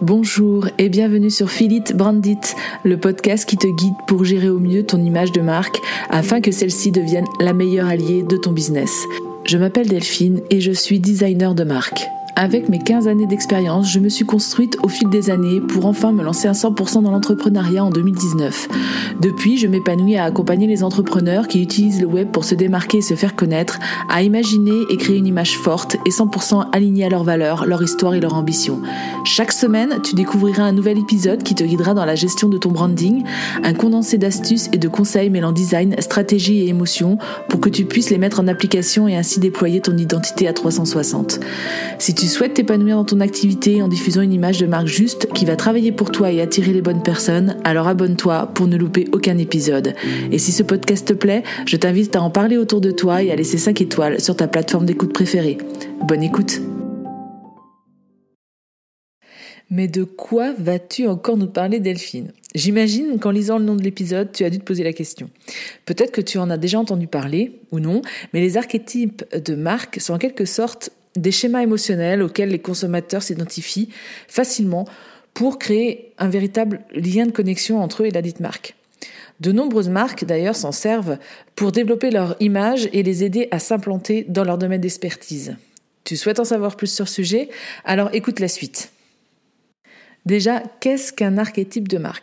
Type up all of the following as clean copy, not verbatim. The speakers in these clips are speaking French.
Bonjour et bienvenue sur Feel It, Brand It, le podcast qui te guide pour gérer au mieux ton image de marque afin que celle-ci devienne la meilleure alliée de ton business. Je m'appelle Delphine et je suis designer de marque. Avec mes 15 années d'expérience, je me suis construite au fil des années pour enfin me lancer à 100% dans l'entrepreneuriat en 2019. Depuis, je m'épanouis à accompagner les entrepreneurs qui utilisent le web pour se démarquer et se faire connaître, à imaginer et créer une image forte et 100% alignée à leurs valeurs, leur histoire et leur ambition. Chaque semaine, tu découvriras un nouvel épisode qui te guidera dans la gestion de ton branding, un condensé d'astuces et de conseils mêlant design, stratégie et émotion pour que tu puisses les mettre en application et ainsi déployer ton identité à 360. Si tu souhaites t'épanouir dans ton activité en diffusant une image de marque juste qui va travailler pour toi et attirer les bonnes personnes, alors abonne-toi pour ne louper aucun épisode. Et si ce podcast te plaît, je t'invite à en parler autour de toi et à laisser 5 étoiles sur ta plateforme d'écoute préférée. Bonne écoute! Mais de quoi vas-tu encore nous parler, Delphine ? J'imagine qu'en lisant le nom de l'épisode, tu as dû te poser la question. Peut-être que tu en as déjà entendu parler, ou non, mais les archétypes de marque sont en quelque sorte des schémas émotionnels auxquels les consommateurs s'identifient facilement pour créer un véritable lien de connexion entre eux et la dite marque. De nombreuses marques, d'ailleurs, s'en servent pour développer leur image et les aider à s'implanter dans leur domaine d'expertise. Tu souhaites en savoir plus sur ce sujet ? Alors écoute la suite. Déjà, qu'est-ce qu'un archétype de marque ?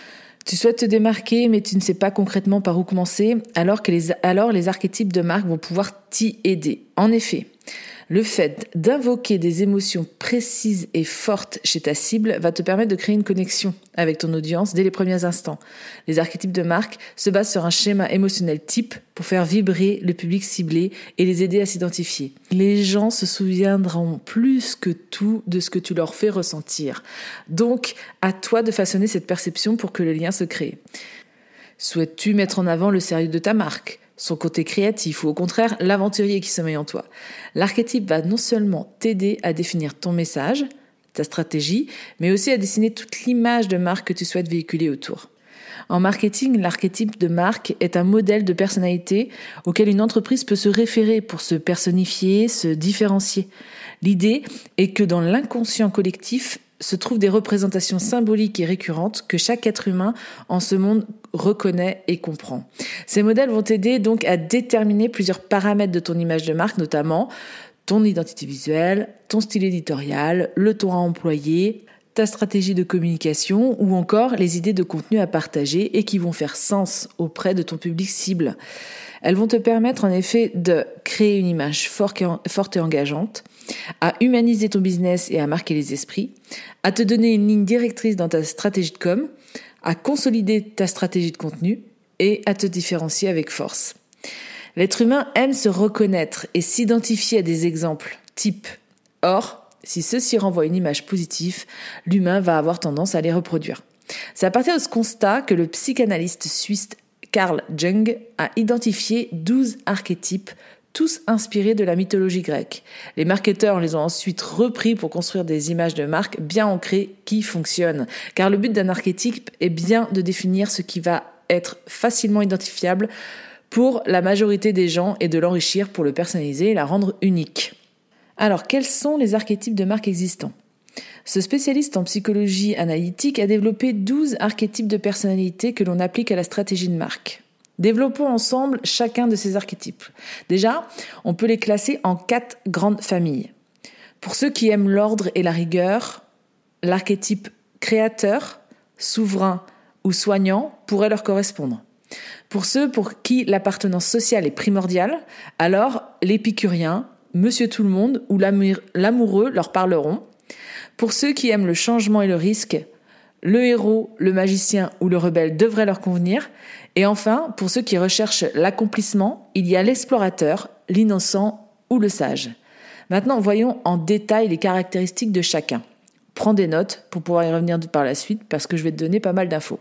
Tu souhaites te démarquer, mais tu ne sais pas concrètement par où commencer, alors les archétypes de marque vont pouvoir t'y aider. En effet, le fait d'invoquer des émotions précises et fortes chez ta cible va te permettre de créer une connexion avec ton audience dès les premiers instants. Les archétypes de marque se basent sur un schéma émotionnel type pour faire vibrer le public ciblé et les aider à s'identifier. Les gens se souviendront plus que tout de ce que tu leur fais ressentir. Donc, à toi de façonner cette perception pour que le lien se crée. Souhaites-tu mettre en avant le sérieux de ta marque ? Son côté créatif ou au contraire l'aventurier qui sommeille en toi. L'archétype va non seulement t'aider à définir ton message, ta stratégie, mais aussi à dessiner toute l'image de marque que tu souhaites véhiculer autour. En marketing, l'archétype de marque est un modèle de personnalité auquel une entreprise peut se référer pour se personnifier, se différencier. L'idée est que dans l'inconscient collectif se trouvent des représentations symboliques et récurrentes que chaque être humain en ce monde reconnaît et comprend. Ces modèles vont t'aider donc à déterminer plusieurs paramètres de ton image de marque, notamment ton identité visuelle, ton style éditorial, le ton à employer, ta stratégie de communication ou encore les idées de contenu à partager et qui vont faire sens auprès de ton public cible. Elles vont te permettre en effet de créer une image forte et engageante, à humaniser ton business et à marquer les esprits, à te donner une ligne directrice dans ta stratégie de com, à consolider ta stratégie de contenu et à te différencier avec force. L'être humain aime se reconnaître et s'identifier à des exemples type. Or, si ceux-ci renvoient une image positive, l'humain va avoir tendance à les reproduire. C'est à partir de ce constat que le psychanalyste suisse Carl Jung a identifié 12 archétypes, tous inspirés de la mythologie grecque. Les marketeurs les ont ensuite repris pour construire des images de marque bien ancrées qui fonctionnent. Car le but d'un archétype est bien de définir ce qui va être facilement identifiable pour la majorité des gens et de l'enrichir pour le personnaliser et la rendre unique. Alors, quels sont les archétypes de marque existants ? Ce spécialiste en psychologie analytique a développé 12 archétypes de personnalité que l'on applique à la stratégie de marque. Développons ensemble chacun de ces archétypes. Déjà, on peut les classer en 4 grandes familles. Pour ceux qui aiment l'ordre et la rigueur, l'archétype créateur, souverain ou soignant pourrait leur correspondre. Pour ceux pour qui l'appartenance sociale est primordiale, alors l'épicurien, monsieur tout le monde ou l'amoureux leur parleront. Pour ceux qui aiment le changement et le risque, le héros, le magicien ou le rebelle devraient leur convenir. Et enfin, pour ceux qui recherchent l'accomplissement, il y a l'explorateur, l'innocent ou le sage. Maintenant, voyons en détail les caractéristiques de chacun. Prends des notes pour pouvoir y revenir par la suite parce que je vais te donner pas mal d'infos.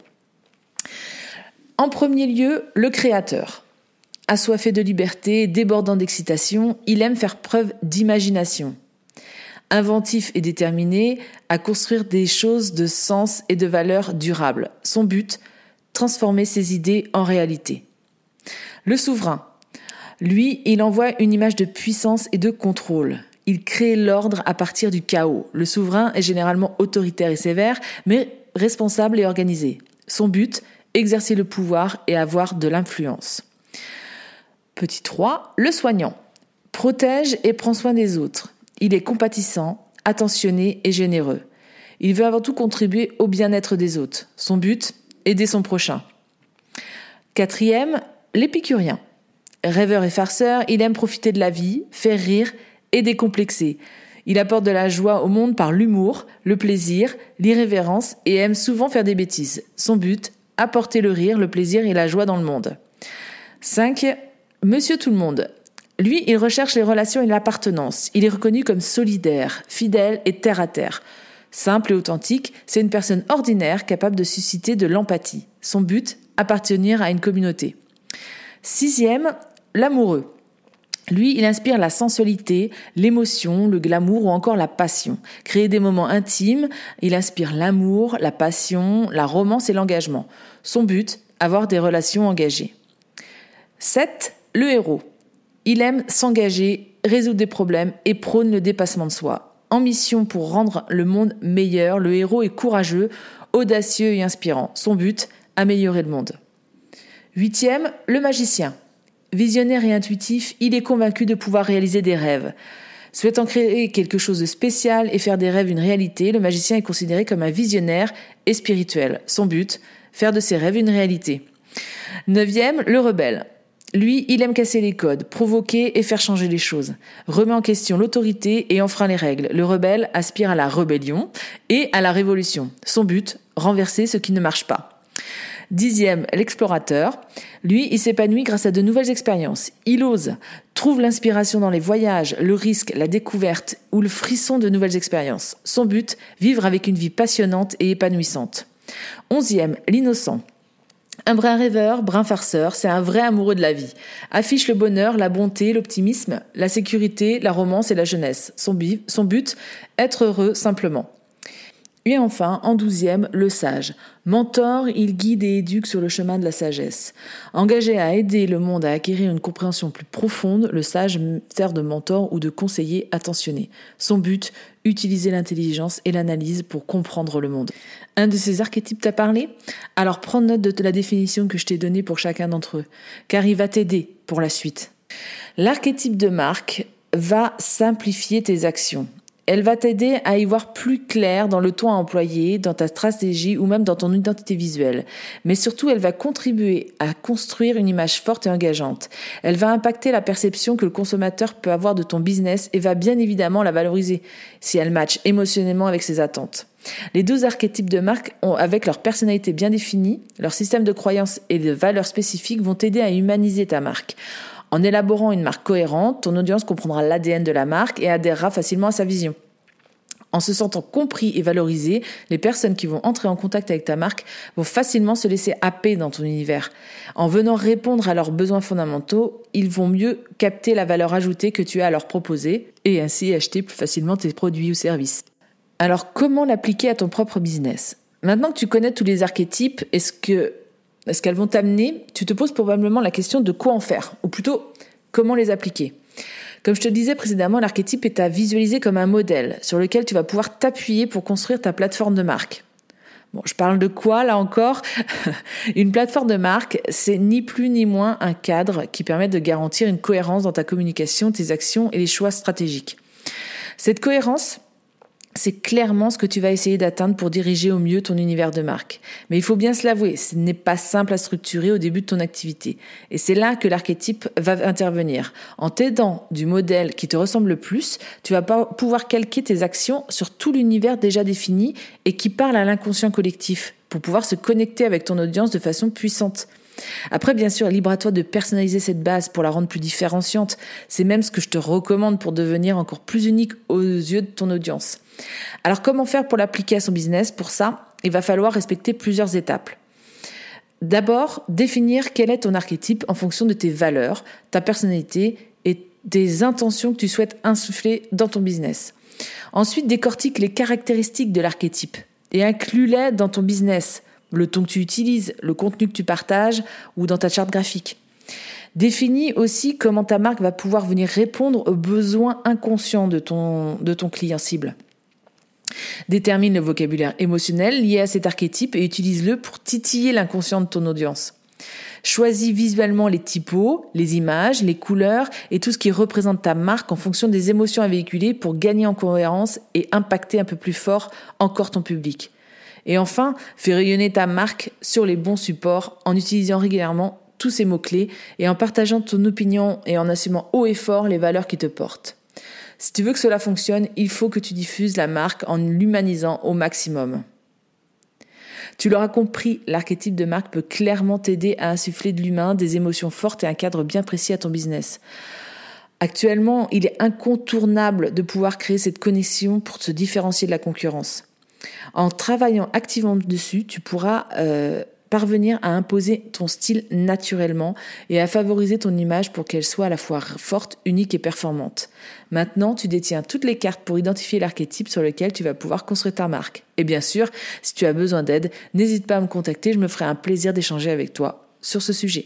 En premier lieu, le créateur. Assoiffé de liberté, débordant d'excitation, il aime faire preuve d'imagination. Inventif et déterminé à construire des choses de sens et de valeur durables. Son but, transformer ses idées en réalité. Le souverain. Lui, il envoie une image de puissance et de contrôle. il crée l'ordre à partir du chaos. Le souverain est généralement autoritaire et sévère, mais responsable et organisé. Son but, exercer le pouvoir et avoir de l'influence. Petit 3, le soignant. Protège et prend soin des autres. Il est compatissant, attentionné et généreux. Il veut avant tout contribuer au bien-être des autres. Son but, aider son prochain. 4e, l'épicurien. Rêveur et farceur, il aime profiter de la vie, faire rire et décomplexer. Il apporte de la joie au monde par l'humour, le plaisir, l'irrévérence et aime souvent faire des bêtises. Son but, apporter le rire, le plaisir et la joie dans le monde. 5. Monsieur tout le monde. Lui, il recherche les relations et l'appartenance. Il est reconnu comme solidaire, fidèle et terre à terre. Simple et authentique, c'est une personne ordinaire capable de susciter de l'empathie. Son but, appartenir à une communauté. 6e, l'amoureux. Lui, il inspire la sensualité, l'émotion, le glamour ou encore la passion. Créer des moments intimes, il inspire l'amour, la passion, la romance et l'engagement. Son but, avoir des relations engagées. 7, le héros. Il aime s'engager, résoudre des problèmes et prône le dépassement de soi. En mission pour rendre le monde meilleur, le héros est courageux, audacieux et inspirant. Son but, améliorer le monde. 8e, le magicien. Visionnaire et intuitif, il est convaincu de pouvoir réaliser des rêves. Souhaitant créer quelque chose de spécial et faire des rêves une réalité, le magicien est considéré comme un visionnaire et spirituel. Son but, faire de ses rêves une réalité. 9e, le rebelle. Lui, il aime casser les codes, provoquer et faire changer les choses. Remet en question l'autorité et enfreint les règles. Le rebelle aspire à la rébellion et à la révolution. Son but, renverser ce qui ne marche pas. 10e, l'explorateur. Lui, il s'épanouit grâce à de nouvelles expériences. Il ose, trouve l'inspiration dans les voyages, le risque, la découverte ou le frisson de nouvelles expériences. Son but, vivre avec une vie passionnante et épanouissante. 11e, l'innocent. Un brin rêveur, brin farceur, c'est un vrai amoureux de la vie. Affiche le bonheur, la bonté, l'optimisme, la sécurité, la romance et la jeunesse. Son but, être heureux simplement. Et enfin, en 12e, le sage. Mentor, il guide et éduque sur le chemin de la sagesse. Engagé à aider le monde à acquérir une compréhension plus profonde, le sage sert de mentor ou de conseiller attentionné. Son but, utiliser l'intelligence et l'analyse pour comprendre le monde. Un de ces archétypes t'a parlé ? Alors prends note de la définition que je t'ai donnée pour chacun d'entre eux, car il va t'aider pour la suite. L'archétype de marque va simplifier tes actions. Elle va t'aider à y voir plus clair dans le ton à employer, dans ta stratégie ou même dans ton identité visuelle. Mais surtout, elle va contribuer à construire une image forte et engageante. Elle va impacter la perception que le consommateur peut avoir de ton business et va bien évidemment la valoriser si elle matche émotionnellement avec ses attentes. Les 12 archétypes de marque, avec leur personnalité bien définie, leur système de croyances et de valeurs spécifiques, vont t'aider à humaniser ta marque. En élaborant une marque cohérente, ton audience comprendra l'ADN de la marque et adhérera facilement à sa vision. En se sentant compris et valorisé, les personnes qui vont entrer en contact avec ta marque vont facilement se laisser happer dans ton univers. En venant répondre à leurs besoins fondamentaux, ils vont mieux capter la valeur ajoutée que tu as à leur proposer et ainsi acheter plus facilement tes produits ou services. Alors, comment l'appliquer à ton propre business ? Maintenant que tu connais tous les archétypes, est-ce qu'elles vont t'amener ? Tu te poses probablement la question de quoi en faire, ou plutôt, comment les appliquer ? Comme je te le disais précédemment, l'archétype est à visualiser comme un modèle sur lequel tu vas pouvoir t'appuyer pour construire ta plateforme de marque. Bon, je parle de quoi là encore ? Une plateforme de marque, c'est ni plus ni moins un cadre qui permet de garantir une cohérence dans ta communication, tes actions et les choix stratégiques. Cette cohérence, c'est clairement ce que tu vas essayer d'atteindre pour diriger au mieux ton univers de marque. Mais il faut bien se l'avouer, ce n'est pas simple à structurer au début de ton activité. Et c'est là que l'archétype va intervenir. En t'aidant du modèle qui te ressemble le plus, tu vas pouvoir calquer tes actions sur tout l'univers déjà défini et qui parle à l'inconscient collectif pour pouvoir se connecter avec ton audience de façon puissante. Après, bien sûr, libre à toi de personnaliser cette base pour la rendre plus différenciante. C'est même ce que je te recommande pour devenir encore plus unique aux yeux de ton audience. Alors, comment faire pour l'appliquer à son business ? Pour ça, il va falloir respecter plusieurs étapes. D'abord, définir quel est ton archétype en fonction de tes valeurs, ta personnalité et des intentions que tu souhaites insuffler dans ton business. Ensuite, décortique les caractéristiques de l'archétype et inclus-les dans ton business. Le ton que tu utilises, le contenu que tu partages ou dans ta charte graphique. Définis aussi comment ta marque va pouvoir venir répondre aux besoins inconscients de ton client cible. Détermine le vocabulaire émotionnel lié à cet archétype et utilise-le pour titiller l'inconscient de ton audience. Choisis visuellement les typos, les images, les couleurs et tout ce qui représente ta marque en fonction des émotions à véhiculer pour gagner en cohérence et impacter un peu plus fort encore ton public. Et enfin, fais rayonner ta marque sur les bons supports en utilisant régulièrement tous ces mots-clés et en partageant ton opinion et en assumant haut et fort les valeurs qui te portent. Si tu veux que cela fonctionne, il faut que tu diffuses la marque en l'humanisant au maximum. Tu l'auras compris, l'archétype de marque peut clairement t'aider à insuffler de l'humain, des émotions fortes et un cadre bien précis à ton business. Actuellement, il est incontournable de pouvoir créer cette connexion pour te différencier de la concurrence. En travaillant activement dessus, tu pourras parvenir à imposer ton style naturellement et à favoriser ton image pour qu'elle soit à la fois forte, unique et performante. Maintenant, tu détiens toutes les cartes pour identifier l'archétype sur lequel tu vas pouvoir construire ta marque. Et bien sûr, si tu as besoin d'aide, n'hésite pas à me contacter, je me ferai un plaisir d'échanger avec toi sur ce sujet.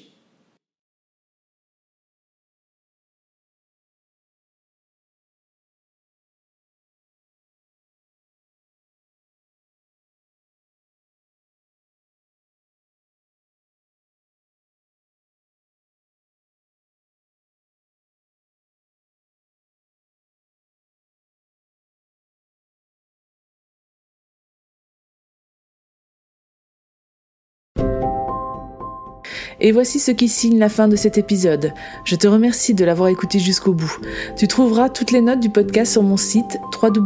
Et voici ce qui signe la fin de cet épisode. Je te remercie de l'avoir écouté jusqu'au bout. Tu trouveras toutes les notes du podcast sur mon site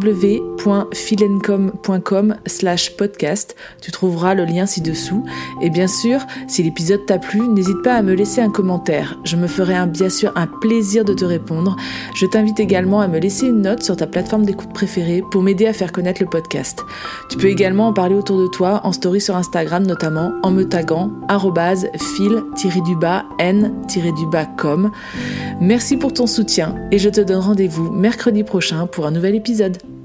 www.philencom.com/podcast. Tu trouveras le lien ci-dessous. Et bien sûr, si l'épisode t'a plu, n'hésite pas à me laisser un commentaire. Je me ferai bien sûr un plaisir de te répondre. Je t'invite également à me laisser une note sur ta plateforme d'écoute préférée pour m'aider à faire connaître le podcast. Tu peux également en parler autour de toi en story sur Instagram, notamment en me taguant @phil_n_com. Merci pour ton soutien et je te donne rendez-vous mercredi prochain pour un nouvel épisode.